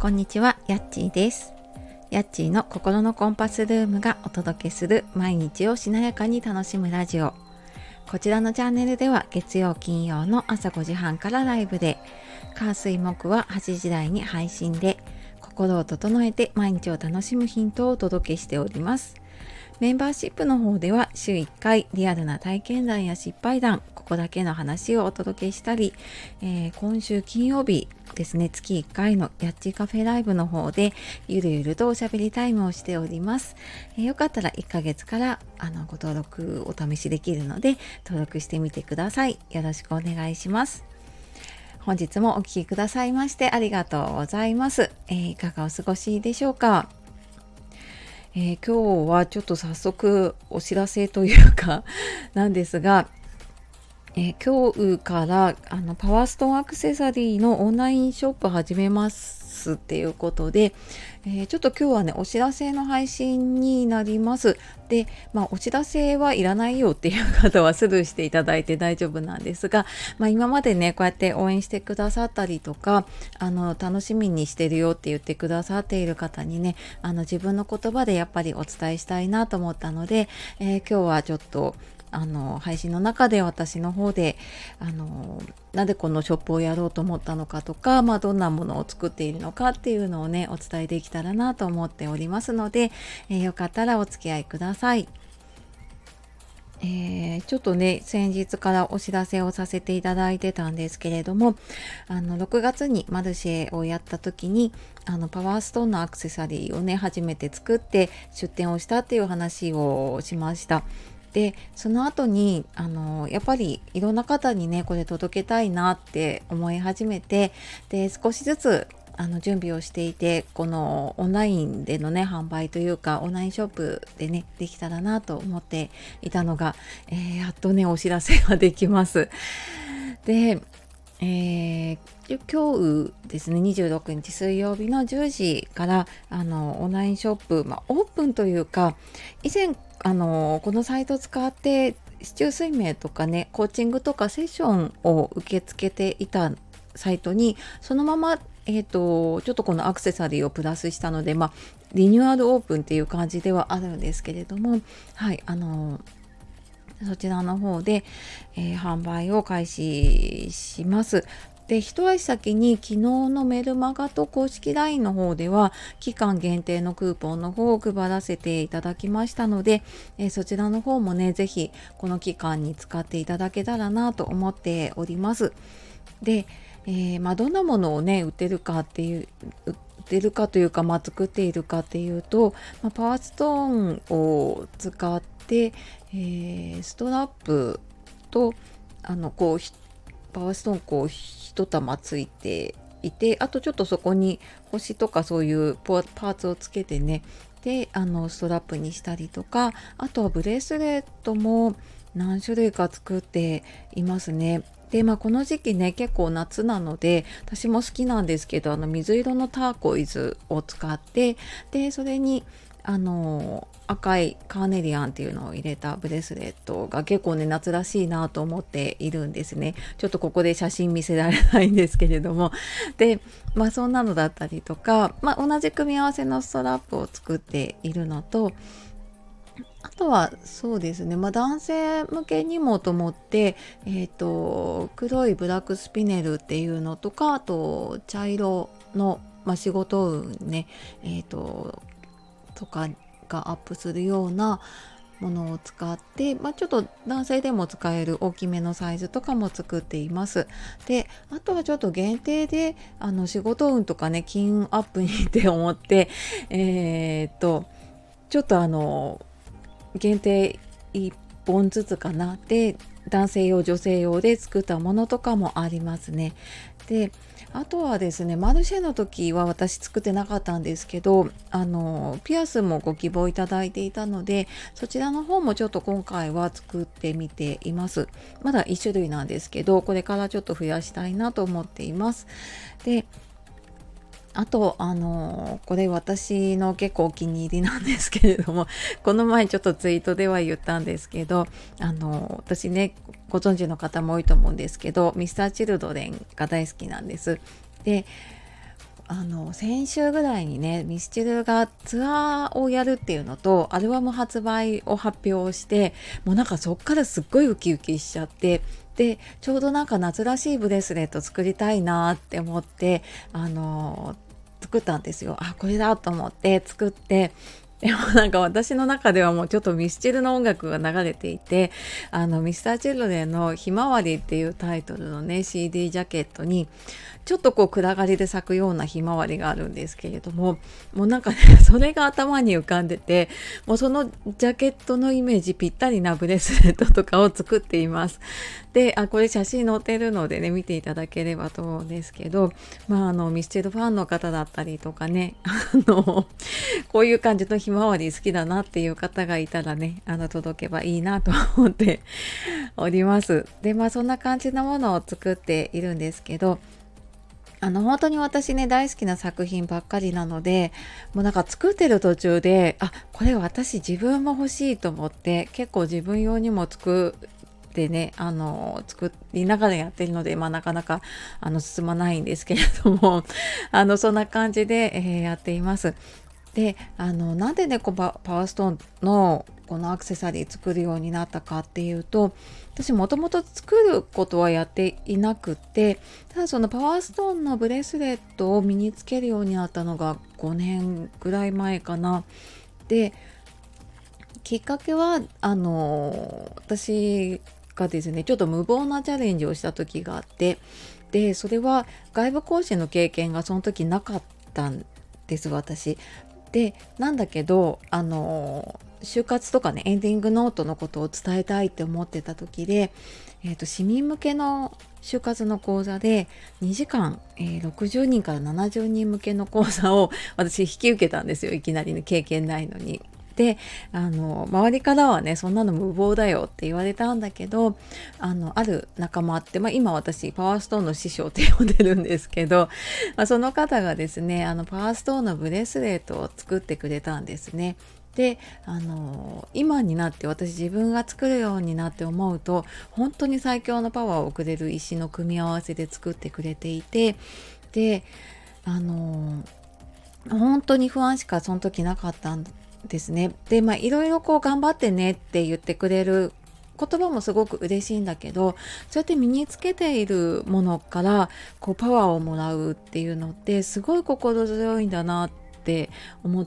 こんにちは、やっちーです。やっちーの心のコンパスルームがお届けする毎日をしなやかに楽しむラジオ。こちらのチャンネルでは月曜金曜の朝5時半からライブで、火水木は8時台に配信で、心を整えて毎日を楽しむヒントをお届けしております。メンバーシップの方では週1回リアルな体験談や失敗談、ここだけの話をお届けしたり、今週金曜日ですね、月1回のやっちーカフェライブの方でゆるゆるとおしゃべりタイムをしております。よかったら1ヶ月からご登録お試しできるので登録してみてください。よろしくお願いします。本日もお聞きくださいましてありがとうございます。いかがお過ごしでしょうか。今日はちょっと早速お知らせというかなんですが、今日からパワーストーンアクセサリーのオンラインショップ始めますっていうことで、ちょっと今日はねお知らせの配信になります。で、お知らせはいらないよっていう方はスルーしていただいて大丈夫なんですが、今までねこうやって応援してくださったりとか楽しみにしてるよって言ってくださっている方にね自分の言葉でやっぱりお伝えしたいなと思ったので、今日はちょっと配信の中で私の方でなんでこのショップをやろうと思ったのかとか、どんなものを作っているのかっていうのをねお伝えできたらなと思っておりますので、よかったらお付き合いください。ちょっとね先日からお知らせをさせていただいてたんですけれども、6月にマルシェをやった時にパワーストーンのアクセサリーをね初めて作って出店をしたっていう話をしました。でその後にやっぱりいろんな方にねこれ届けたいなって思い始めて、で少しずつ準備をしていて、このオンラインでのね販売というかオンラインショップでねできたらなと思っていたのが、やっとねお知らせができます。で、今日ですね26日水曜日の10時からオンラインショップ、オープンというか、以前このサイトを使って市中水明とかねコーチングとかセッションを受け付けていたサイトにそのままちょっとこのアクセサリーをプラスしたので、リニューアルオープンっていう感じではあるんですけれども、はい、そちらの方で、販売を開始します。で、一足先に昨日のメルマガと公式 LINE の方では期間限定のクーポンの方を配らせていただきましたので、そちらの方もね、ぜひこの期間に使っていただけたらなと思っております。で、どんなものをね売ってるかというか、作っているかっていうと、パワーストーンを使って、ストラップとパワーストーン一玉ついていて、あとちょっとそこに星とかそういうパーツをつけてね、でストラップにしたりとか、あとはブレスレットも何種類か作っていますね。で、この時期ね結構夏なので私も好きなんですけど、水色のターコイズを使って、でそれに赤いカーネリアンっていうのを入れたブレスレットが結構ね夏らしいなと思っているんですね。ちょっとここで写真見せられないんですけれども、でそんなのだったりとか、同じ組み合わせのストラップを作っているのと、あとはそうですね、男性向けにもと思って、黒いブラックスピネルっていうのとか、あと茶色の、仕事運ね、とかがアップするようなものを使って、ちょっと男性でも使える大きめのサイズとかも作っています。で、あとはちょっと限定で仕事運とかね金運アップにって思って、ちょっと限定1本ずつかなで男性用女性用で作ったものとかもありますね。で、あとはですね、マルシェの時は私作ってなかったんですけど、ピアスもご希望いただいていたので、そちらの方もちょっと今回は作ってみています。まだ1種類なんですけど、これからちょっと増やしたいなと思っています。で、あとこれ私の結構お気に入りなんですけれども、この前ちょっとツイートでは言ったんですけど、私ねご存知の方も多いと思うんですけど、ミスターチルドレンが大好きなんです。で、 先週ぐらいにねミスチルがツアーをやるっていうのとアルバム発売を発表して、もうなんかそっからすっごいウキウキしちゃって、でちょうどなんか夏らしいブレスレット作りたいなって思って作ったんですよ。これだと思って作って、でもなんか私の中ではもうちょっとミスチルの音楽が流れていて、ミスターチルドレンのひまわりっていうタイトルのね CD ジャケットにちょっとこう暗がりで咲くようなひまわりがあるんですけれども、もうなんかねそれが頭に浮かんでて、もうそのジャケットのイメージぴったりなブレスレットとかを作っています。でこれ写真載ってるのでね見ていただければと思うんですけど、ミスチルファンの方だったりとかねこういう感じのひまわり好きだなっていう方がいたらね届けばいいなと思っております。でそんな感じのものを作っているんですけど、本当に私ね大好きな作品ばっかりなので、もうなんか作ってる途中でこれ私自分も欲しいと思って結構自分用にも作ってね作りながらやってるので、なかなか進まないんですけれどもそんな感じで、やっています。でなんでねパワーストーンのこのアクセサリー作るようになったかっていうと、私もともと作ることはやっていなくて、ただそのパワーストーンのブレスレットを身につけるようになったのが5年ぐらい前かな。できっかけは私がですねちょっと無謀なチャレンジをした時があって、でそれは外部講師の経験がその時なかったんです私。でなんだけど就活とかねエンディングノートのことを伝えたいって思ってた時で、市民向けの就活の講座で2時間、60人から70人向けの講座を私引き受けたんですよ。いきなりね経験ないのに。で周りからはねそんなの無謀だよって言われたんだけど、ある仲間って、今私パワーストーンの師匠って呼んでるんですけど、その方がですねパワーストーンのブレスレットを作ってくれたんですね。で今になって私自分が作るようになって思うと、本当に最強のパワーをくれる石の組み合わせで作ってくれていて、で本当に不安しかその時なかったんですね。でいろいろこう頑張ってねって言ってくれる言葉もすごく嬉しいんだけど、そうやって身につけているものからこうパワーをもらうっていうのってすごい心強いんだなって思って、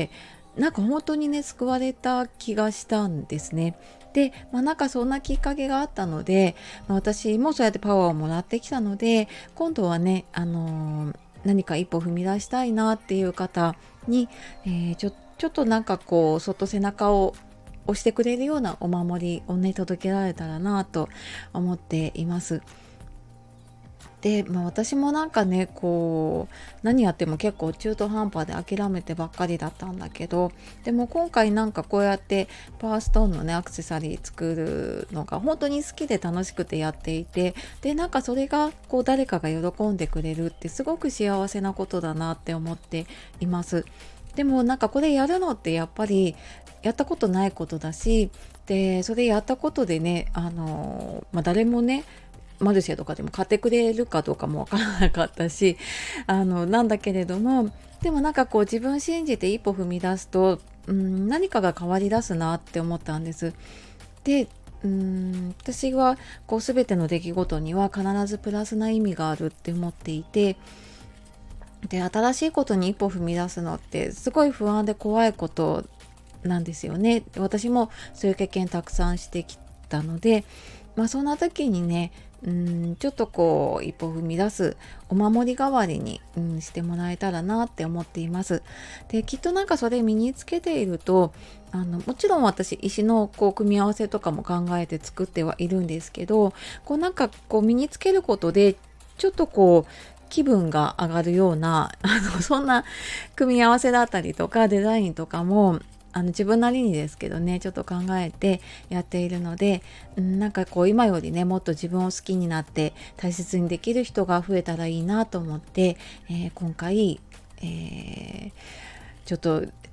なんか本当にね救われた気がしたんですね。で、なんかそんなきっかけがあったので、私もそうやってパワーをもらってきたので、今度はね何か一歩踏み出したいなっていう方に、ちょっとなんかこうそっと背中を押してくれるようなお守りをね届けられたらなと思っています。で、私もなんかねこう何やっても結構中途半端で諦めてばっかりだったんだけど、でも今回なんかこうやってパワーストーンのねアクセサリー作るのが本当に好きで楽しくてやっていて、でなんかそれがこう誰かが喜んでくれるってすごく幸せなことだなって思っています。でもなんかこれやるのってやっぱりやったことないことだし、でそれやったことでね誰もねマルシェとかでも買ってくれるかどうかもわからなかったしなんだけれども、でもなんかこう自分信じて一歩踏み出すと何かが変わり出すなって思ったんです。で私はこう全ての出来事には必ずプラスな意味があるって思っていて、で新しいことに一歩踏み出すのってすごい不安で怖いことなんですよね。私もそういう経験たくさんしてきたので、そんな時にねちょっとこう一歩踏み出すお守り代わりに、してもらえたらなって思っています。できっとなんかそれ身につけているともちろん私石のこう組み合わせとかも考えて作ってはいるんですけど、こうなんかこう身につけることでちょっとこう気分が上がるようなそんな組み合わせだったりとかデザインとかも自分なりにですけどねちょっと考えてやっているので、なんかこう今よりねもっと自分を好きになって大切にできる人が増えたらいいなと思って、今回、ちょっと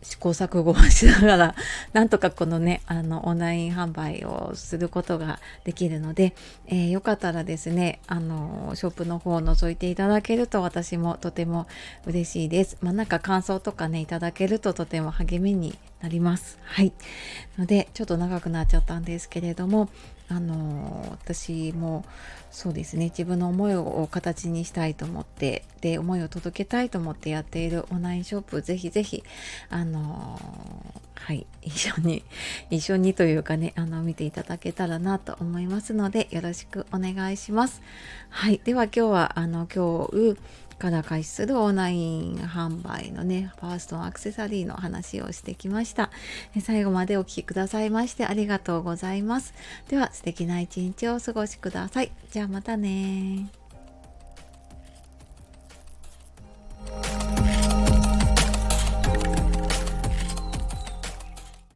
試行錯誤をしながらなんとかこのねオンライン販売をすることができるので、よかったらですねショップの方を覗いていただけると私もとても嬉しいです。なんか感想とかねいただけるととても励みになります。はい。のでちょっと長くなっちゃったんですけれども、私もそうですね、自分の思いを形にしたいと思って、で思いを届けたいと思ってやっているオンラインショップ、ぜひぜひはい、一緒にというかね見ていただけたらなと思いますので、よろしくお願いします。はい、では今日は今日から開始するオンライン販売のねパワーストーンアクセサリーの話をしてきました。最後までお聞きくださいましてありがとうございます。では素敵な一日をお過ごしください。じゃあまたね。